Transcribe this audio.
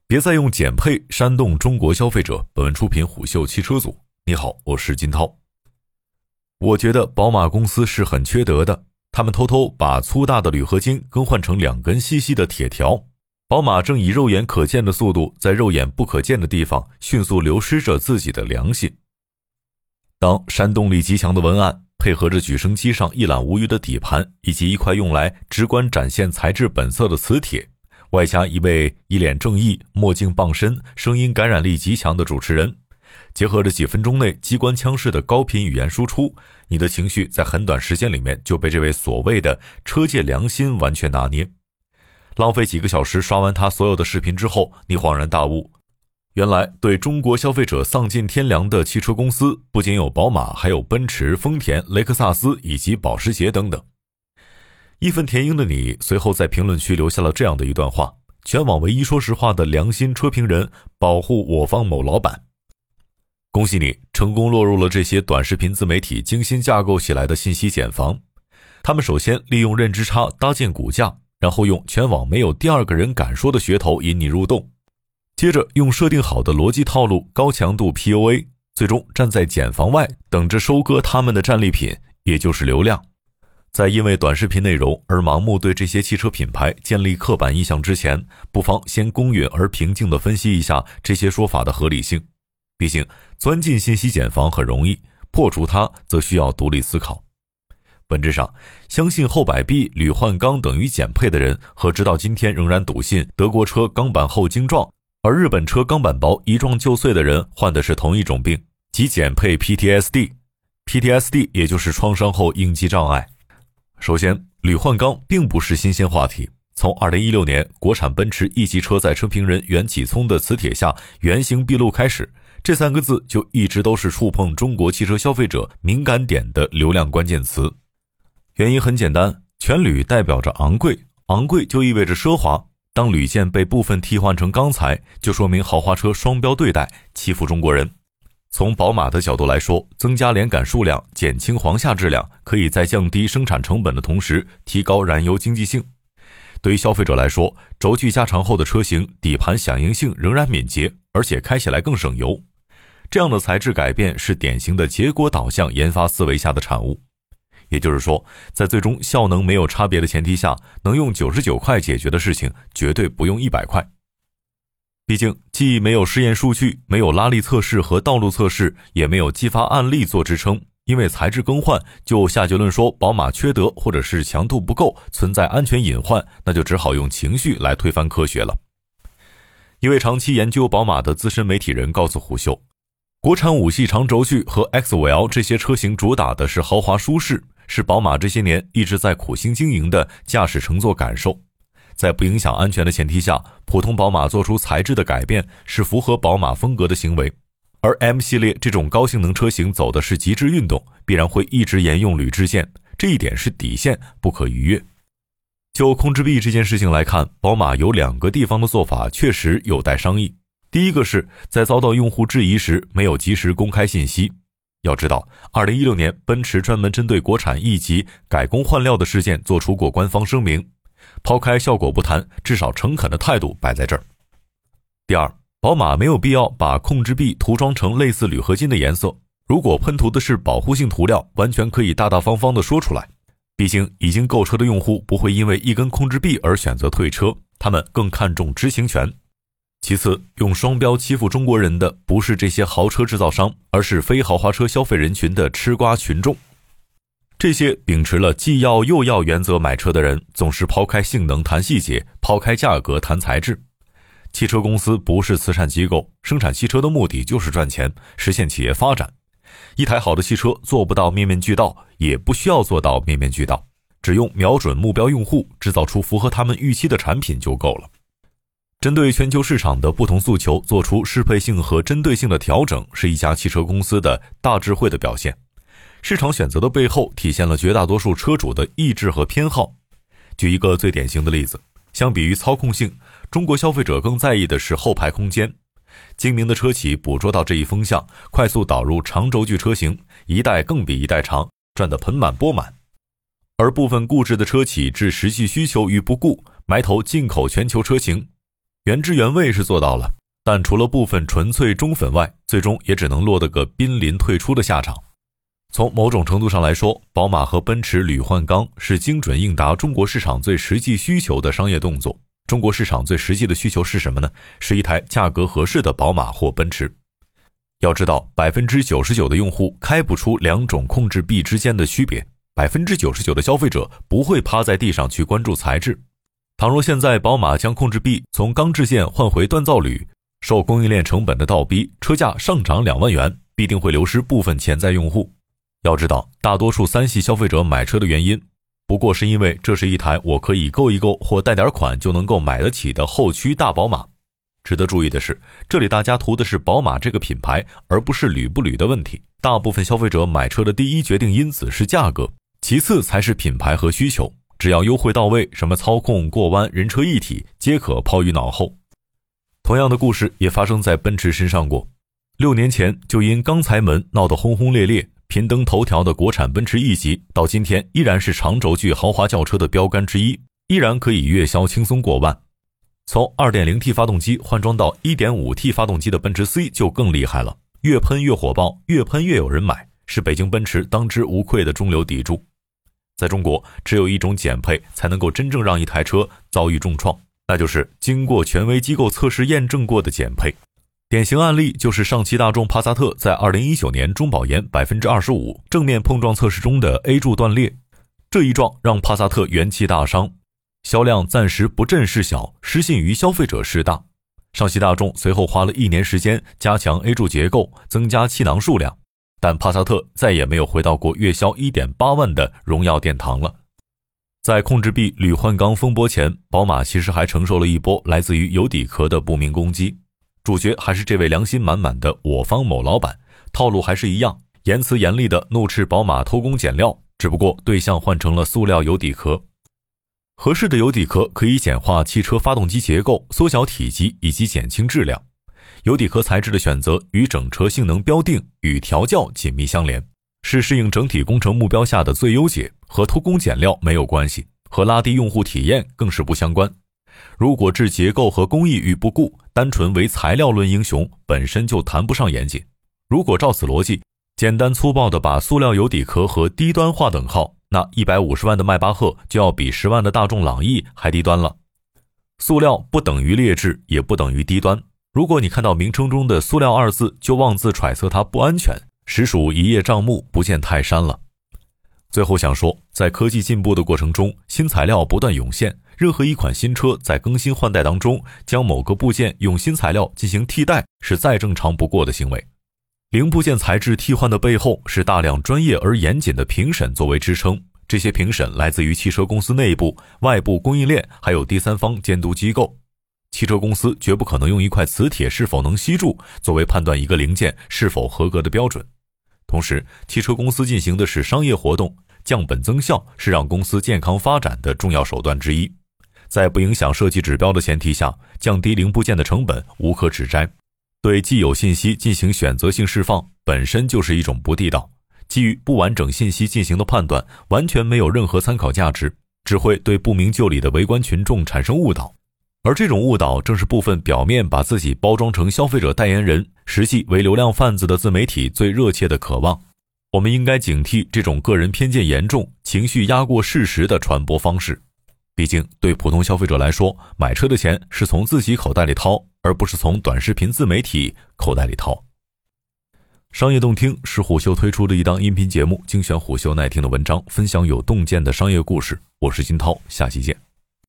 别再用减配煽动中国消费者。本文出品虎嗅汽车组。你好，我是金涛。我觉得宝马公司是很缺德的，他们偷偷把粗大的铝合金更换成2根细细的铁条。宝马正以肉眼可见的速度，在肉眼不可见的地方迅速流失着自己的良心。当煽动力极强的文案配合着举升机上一览无余的底盘，以及一块用来直观展现材质本色的磁铁，外加一位一脸正义、墨镜傍身、声音感染力极强的主持人，结合着几分钟内机关枪式的高频语言输出，你的情绪在很短时间里面就被这位所谓的车界良心完全拿捏。浪费几个小时刷完他所有的视频之后，你恍然大悟，原来对中国消费者丧尽天良的汽车公司不仅有宝马，还有奔驰、丰田、雷克萨斯以及保时捷等等。义愤填膺的你随后在评论区留下了这样的一段话：全网唯一说实话的良心车评人，保护我方某老板。恭喜你成功落入了这些短视频自媒体精心架构起来的信息茧房。他们首先利用认知差搭建骨架，然后用全网没有第二个人敢说的噱头引你入洞，接着用设定好的逻辑套路高强度 PUA， 最终站在茧房外等着收割他们的战利品，也就是流量。在因为短视频内容而盲目对这些汽车品牌建立刻板印象之前，不妨先公允而平静地分析一下这些说法的合理性。毕竟钻进信息茧房很容易，破除它则需要独立思考。本质上，相信后摆臂、铝换钢等于减配的人，和直到今天仍然笃信德国车钢板厚精壮，而日本车钢板薄一撞就碎的人，患的是同一种病，即减配 PTSD。PTSD 也就是创伤后应激障碍。首先，铝换钢并不是新鲜话题。从2016年国产奔驰 E 级车在车评人袁启聪的磁铁下原形毕露开始，这3个字就一直都是触碰中国汽车消费者敏感点的流量关键词。原因很简单，全铝代表着昂贵，昂贵就意味着奢华。当铝件被部分替换成钢材，就说明豪华车双标对待，欺负中国人。从宝马的角度来说，增加连杆数量，减轻簧下质量，可以在降低生产成本的同时提高燃油经济性。对于消费者来说，轴距加长后的车型底盘响应性仍然敏捷，而且开起来更省油。这样的材质改变是典型的结果导向研发思维下的产物。也就是说，在最终效能没有差别的前提下，能用99块解决的事情绝对不用100块。毕竟既没有试验数据，没有拉力测试和道路测试，也没有激发案例做支撑，因为材质更换就下结论说宝马缺德或者是强度不够，存在安全隐患，那就只好用情绪来推翻科学了。一位长期研究宝马的资深媒体人告诉虎嗅，国产5系长轴距和 X5L 这些车型主打的是豪华舒适，是宝马这些年一直在苦心经营的驾驶乘坐感受。在不影响安全的前提下，普通宝马做出材质的改变是符合宝马风格的行为，而 M 系列这种高性能车型走的是极致运动，必然会一直沿用铝制件，这一点是底线，不可逾越。就控制臂这件事情来看，宝马有2个地方的做法确实有待商议。第一个是在遭到用户质疑时没有及时公开信息。要知道2016年奔驰专门针对国产 E 级改工换料的事件做出过官方声明，抛开效果不谈，至少诚恳的态度摆在这儿。第二，宝马没有必要把控制臂涂装成类似铝合金的颜色，如果喷涂的是保护性涂料，完全可以大大方方地说出来。毕竟已经购车的用户不会因为一根控制臂而选择退车，他们更看重知情权。其次，用双标欺负中国人的不是这些豪车制造商，而是非豪华车消费人群的吃瓜群众。这些秉持了既要又要原则买车的人，总是抛开性能谈细节，抛开价格谈材质。汽车公司不是慈善机构，生产汽车的目的就是赚钱，实现企业发展。一台好的汽车做不到面面俱到，也不需要做到面面俱到，只用瞄准目标用户，制造出符合他们预期的产品就够了。针对全球市场的不同诉求做出适配性和针对性的调整，是一家汽车公司的大智慧的表现。市场选择的背后体现了绝大多数车主的意志和偏好。举一个最典型的例子，相比于操控性，中国消费者更在意的是后排空间。精明的车企捕捉到这一风向，快速导入长轴距车型，一代更比一代长，赚得盆满钵满。而部分固执的车企置实际需求于不顾，埋头进口全球车型。 原汁原味是做到了，但除了部分纯粹中粉外，最终也只能落得个濒临退出的下场。从某种程度上来说，宝马和奔驰铝换钢是精准应答中国市场最实际需求的商业动作。中国市场最实际的需求是什么呢？是一台价格合适的宝马或奔驰。要知道 99% 的用户开不出两种控制臂之间的区别， 99% 的消费者不会趴在地上去关注材质。倘若现在宝马将控制臂从钢制件换回锻造铝，受供应链成本的倒逼，车价上涨2万元，必定会流失部分潜在用户。要知道，大多数3系消费者买车的原因，不过是因为这是一台我可以购一购或贷点款就能够买得起的后驱大宝马。值得注意的是，这里大家图的是宝马这个品牌，而不是铝不铝的问题。大部分消费者买车的第一决定因子是价格，其次才是品牌和需求。只要优惠到位，什么操控、过弯、人车一体皆可抛于脑后。同样的故事也发生在奔驰身上过。6年前就因钢材门闹得轰轰烈烈，频登头条的国产奔驰 E 级，到今天依然是长轴距豪华轿车的标杆之一，依然可以月销轻松过万。从 2.0T 发动机换装到 1.5T 发动机的奔驰 C 就更厉害了，越喷越火爆，越喷越有人买，是北京奔驰当之无愧的中流砥柱。在中国，只有一种减配才能够真正让一台车遭遇重创，那就是经过权威机构测试验证过的减配。典型案例就是上汽大众帕萨特在2019年中保研 25% 正面碰撞测试中的 A 柱断裂，这一撞让帕萨特元气大伤，销量暂时不振势小，失信于消费者势大。上汽大众随后花了1年时间加强 A 柱结构，增加气囊数量，但帕萨特再也没有回到过月销 1.8 万的荣耀殿堂了。在控制臂铝换钢风波前，宝马其实还承受了一波来自于油底壳的不明攻击，主角还是这位良心满满的我方某老板，套路还是一样，言辞严厉的怒斥宝马偷工减料，只不过对象换成了塑料油底壳。合适的油底壳可以简化汽车发动机结构，缩小体积以及减轻质量。油底壳材质的选择与整车性能标定与调教紧密相连，是适应整体工程目标下的最优解，和偷工减料没有关系，和拉低用户体验更是不相关。如果置结构和工艺于不顾，单纯为材料论英雄，本身就谈不上严谨。如果照此逻辑，简单粗暴地把塑料油底壳和低端划等号，那150万的迈巴赫就要比10万的大众朗逸还低端了。塑料不等于劣质，也不等于低端。如果你看到名称中的塑料2字就妄自揣测它不安全，实属一叶障目，不见泰山了。最后想说，在科技进步的过程中，新材料不断涌现，任何一款新车在更新换代当中，将某个部件用新材料进行替代，是再正常不过的行为。零部件材质替换的背后是大量专业而严谨的评审作为支撑，这些评审来自于汽车公司内部、外部供应链，还有第三方监督机构。汽车公司绝不可能用一块磁铁是否能吸住作为判断一个零件是否合格的标准。同时，汽车公司进行的是商业活动，降本增效是让公司健康发展的重要手段之一。在不影响设计指标的前提下，降低零部件的成本无可指摘。对既有信息进行选择性释放，本身就是一种不地道。基于不完整信息进行的判断，完全没有任何参考价值，只会对不明就里的围观群众产生误导。而这种误导正是部分表面把自己包装成消费者代言人，实际为流量贩子的自媒体最热切的渴望。我们应该警惕这种个人偏见严重、情绪压过事实的传播方式。毕竟对普通消费者来说，买车的钱是从自己口袋里掏，而不是从短视频自媒体口袋里掏。商业洞听是虎嗅推出的一档音频节目，精选虎嗅耐听的文章，分享有洞见的商业故事。我是金涛，下期见。